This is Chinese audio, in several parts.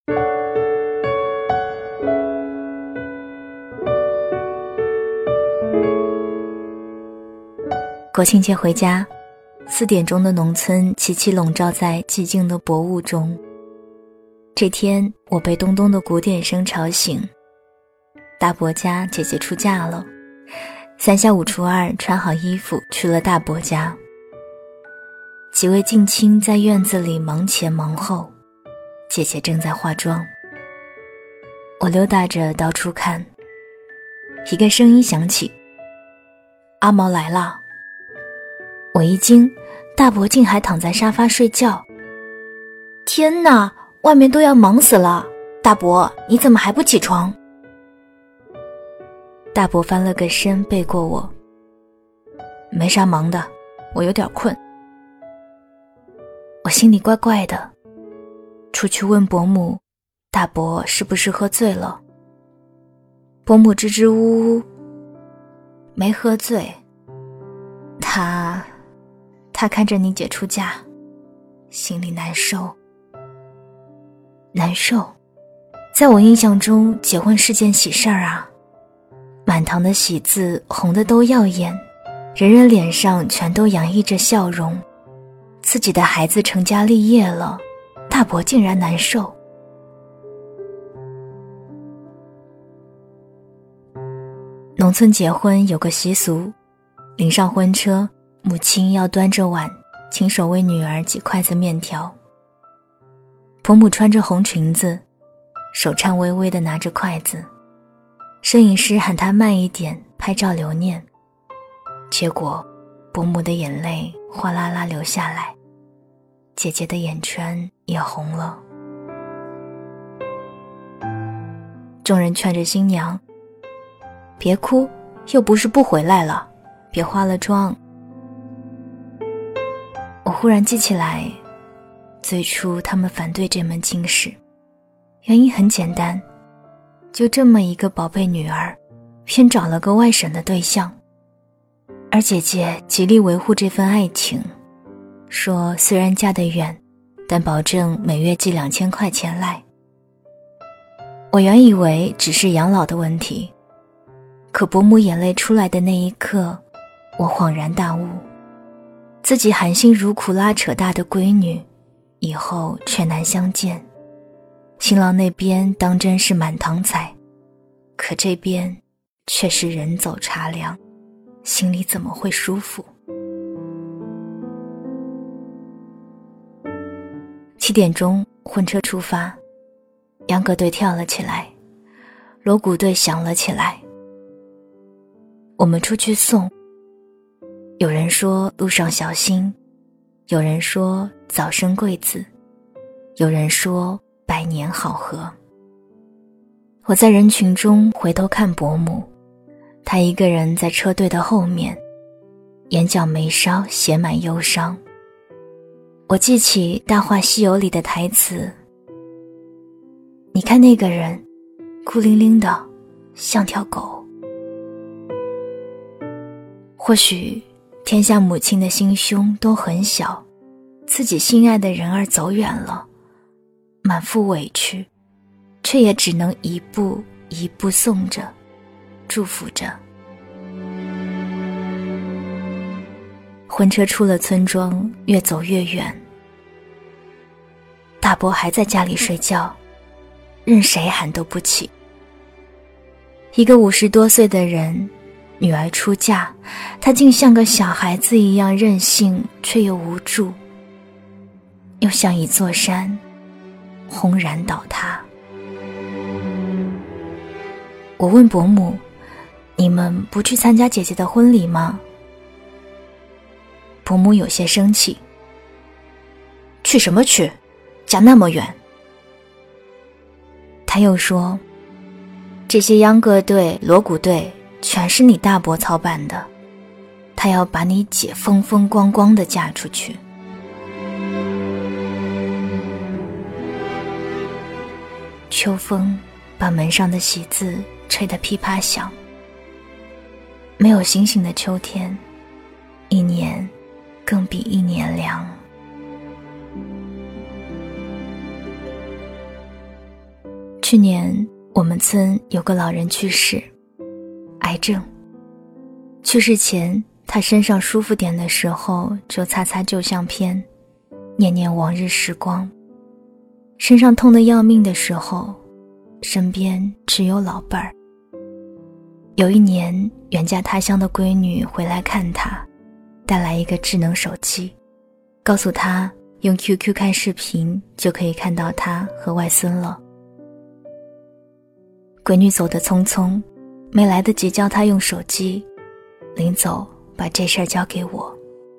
国庆节回家，4点钟的农村齐齐笼罩在寂静的薄雾中。这天我被咚咚的鼓点声吵醒，大伯家姐姐出嫁了，3下5除2穿好衣服去了大伯家。几位近亲在院子里忙前忙后，姐姐正在化妆。我溜达着到处看，一个声音响起：阿毛来了。我一惊，大伯竟还躺在沙发睡觉。天哪，外面都要忙死了，大伯你怎么还不起床？大伯翻了个身背过我，没啥忙的，我有点困。我心里怪怪的，出去问伯母，大伯是不是喝醉了？伯母支支吾吾，没喝醉，他看着你姐出嫁，心里难受。难受，在我印象中，结婚是件喜事儿啊，满堂的喜字红得都耀眼，人人脸上全都洋溢着笑容。自己的孩子成家立业了，大伯竟然难受。农村结婚有个习俗，临上婚车，母亲要端着碗亲手为女儿挤筷子面条。婆母穿着红裙子，手颤巍巍地拿着筷子，摄影师喊她慢一点拍照留念。结果伯母的眼泪哗啦啦流下来，姐姐的眼圈也红了。众人劝着新娘，别哭，又不是不回来了，别化了妆。我忽然记起来，最初他们反对这门亲事，原因很简单，就这么一个宝贝女儿，偏找了个外省的对象。而姐姐极力维护这份爱情，说虽然嫁得远，但保证每月寄2000块钱来。我原以为只是养老的问题，可伯母眼泪出来的那一刻，我恍然大悟，自己含辛茹苦拉扯大的闺女，以后却难相见。新郎那边当真是满堂彩，可这边却是人走茶凉，心里怎么会舒服？7点钟婚车出发，秧歌队跳了起来，锣鼓队响了起来。我们出去送，有人说路上小心，有人说早生贵子，有人说百年好合。我在人群中回头看伯母，她一个人在车队的后面，眼角眉梢写满忧伤。我记起《大话西游》里的台词，你看那个人孤零零的像条狗。或许天下母亲的心胸都很小，自己心爱的人儿走远了，满腹委屈，却也只能一步一步送着，祝福着。婚车出了村庄，越走越远。大伯还在家里睡觉，任谁喊都不起。一个50多岁的人，女儿出嫁，他竟像个小孩子一样任性，却又无助，又像一座山，轰然倒塌。我问伯母，你们不去参加姐姐的婚礼吗？伯母有些生气，去什么去，家那么远。他又说，这些秧歌队、锣鼓队全是你大伯操办的，他要把你姐风风光光地嫁出去。秋风把门上的喜字吹得噼啪响。没有星星的秋天，一年更比一年凉。 去年我们村有个老人去世，癌症。去世前他身上舒服点的时候就擦擦旧相片，念念往日时光，身上痛得要命的时候，身边只有老伴儿。有一年远嫁他乡的闺女回来看他，带来一个智能手机，告诉他用 QQ 看视频就可以看到他和外孙了。闺女走得匆匆，没来得及教她用手机，临走把这事儿交给我。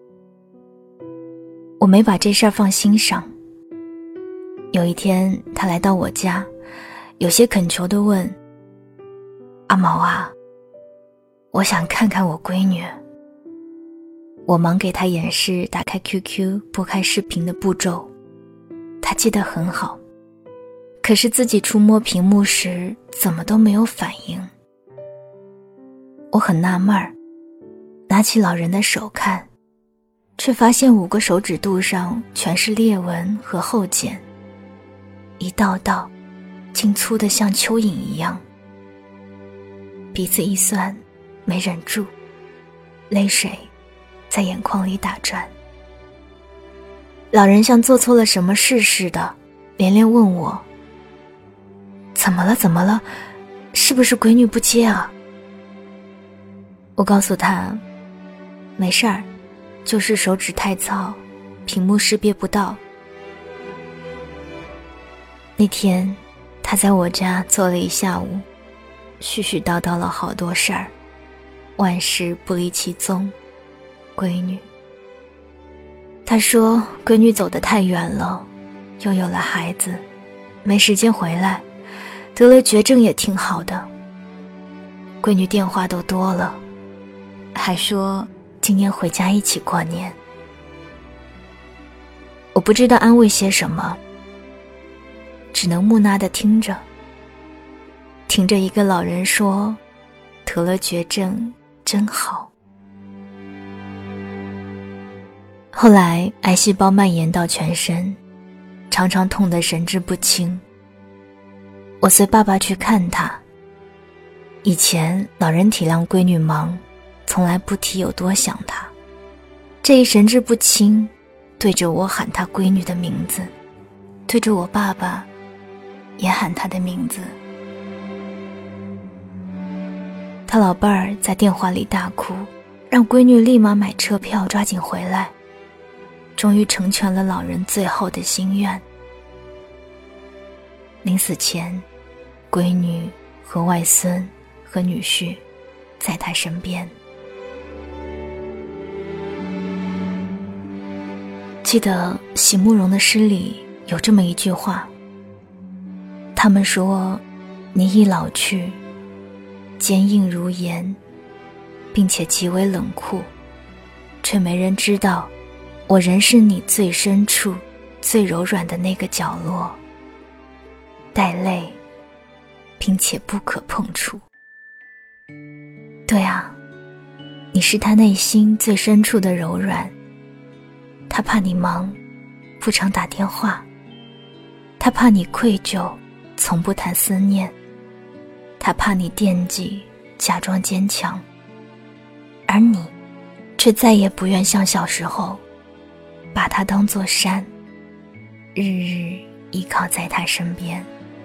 我没把这事儿放心上。有一天她来到我家，有些恳求地问：阿毛啊，我想看看我闺女。我忙给她演示打开 QQ 拨开视频的步骤，她记得很好，可是自己触摸屏幕时怎么都没有反应。我很纳闷儿，拿起老人的手看，却发现5个手指肚上全是裂纹和厚茧，一道道竟粗得像蚯蚓一样。鼻子一酸，没忍住，泪水在眼眶里打转。老人像做错了什么事似的，连连问我：怎么了怎么了？是不是闺女不接啊？我告诉他，没事儿，就是手指太糙，屏幕识别不到。那天他在我家坐了一下午，絮絮叨叨了好多事儿，万事不离其宗，闺女。他说闺女走得太远了，又有了孩子，没时间回来，得了绝症也挺好的。闺女电话都多了，还说今年回家一起过年。我不知道安慰些什么，只能木讷地听着，听着一个老人说得了绝症真好。后来癌细胞蔓延到全身，常常痛得神志不清。我随爸爸去看他，以前老人体谅闺女忙，从来不提有多想她。这一神志不清，对着我喊她闺女的名字，对着我爸爸也喊她的名字。他老伴儿在电话里大哭，让闺女立马买车票抓紧回来，终于成全了老人最后的心愿。临死前，闺女和外孙和女婿在他身边。记得席慕容的诗里有这么一句话，他们说你已老去，坚硬如岩，并且极为冷酷，却没人知道我仍是你最深处最柔软的那个角落，带泪并且不可碰触。对啊，你是他内心最深处的柔软。他怕你忙，不常打电话；他怕你愧疚，从不谈思念；他怕你惦记，假装坚强。而你却再也不愿像小时候把他当作山，日日依靠在他身边。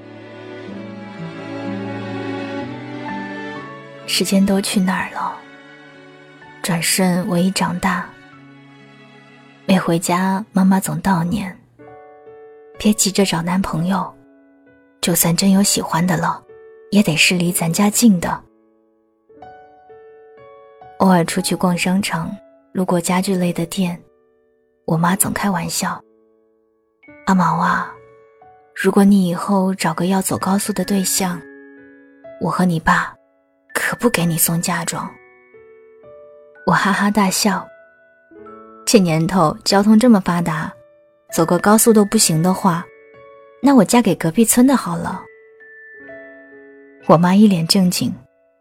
时间都去哪儿了？转瞬我已长大，每回家妈妈总悼念，别急着找男朋友，就算真有喜欢的了，也得是离咱家近的。偶尔出去逛商场，路过家具类的店，我妈总开玩笑：阿毛啊，如果你以后找个要走高速的对象，我和你爸可不给你送嫁妆。我哈哈大笑，这年头交通这么发达，走个高速都不行的话，那我嫁给隔壁村的好了。我妈一脸正经：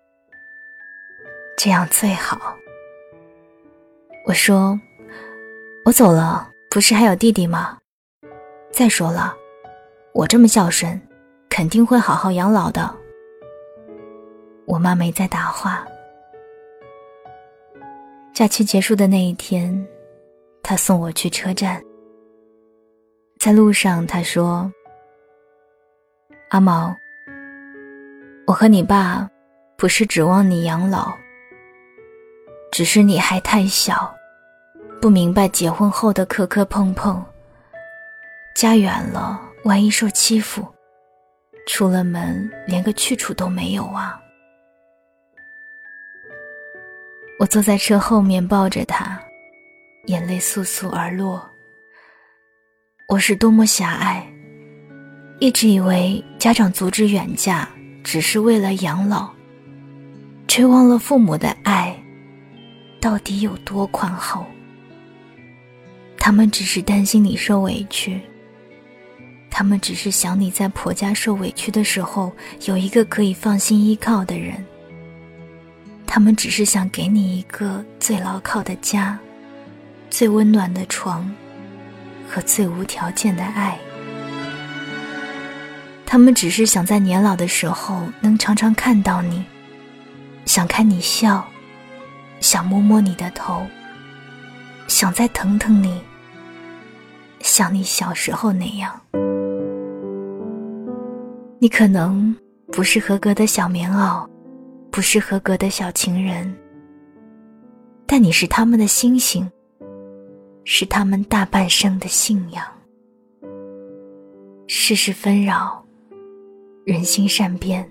这样最好。我说：我走了，不是还有弟弟吗？再说了，我这么孝顺， 肯定会好好养老的。我妈没再答话。假期结束的那一天，她送我去车站。在路上她说，阿毛，我和你爸不是指望你养老，只是你还太小，不明白结婚后的磕磕碰碰，家远了万一受欺负，出了门连个去处都没有啊。我坐在车后面抱着他，眼泪簌簌而落。我是多么狭隘，一直以为家长阻止远嫁只是为了养老，却忘了父母的爱到底有多宽厚。他们只是担心你受委屈，他们只是想你在婆家受委屈的时候有一个可以放心依靠的人，他们只是想给你一个最牢靠的家，最温暖的床和最无条件的爱。他们只是想在年老的时候能常常看到你，想看你笑，想摸摸你的头，想再疼疼你，像你小时候那样。你可能不是合格的小棉袄，不是合格的小情人，但你是他们的星星，是他们大半生的信仰。世事纷扰，人心善变，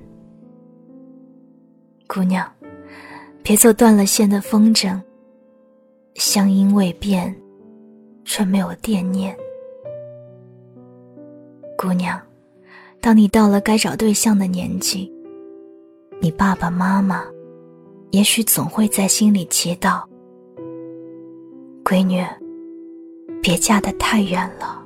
姑娘，别做断了线的风筝，乡音未变，却没有惦念。姑娘，当你到了该找对象的年纪，你爸爸妈妈也许总会在心里祈祷，闺女，别嫁得太远了。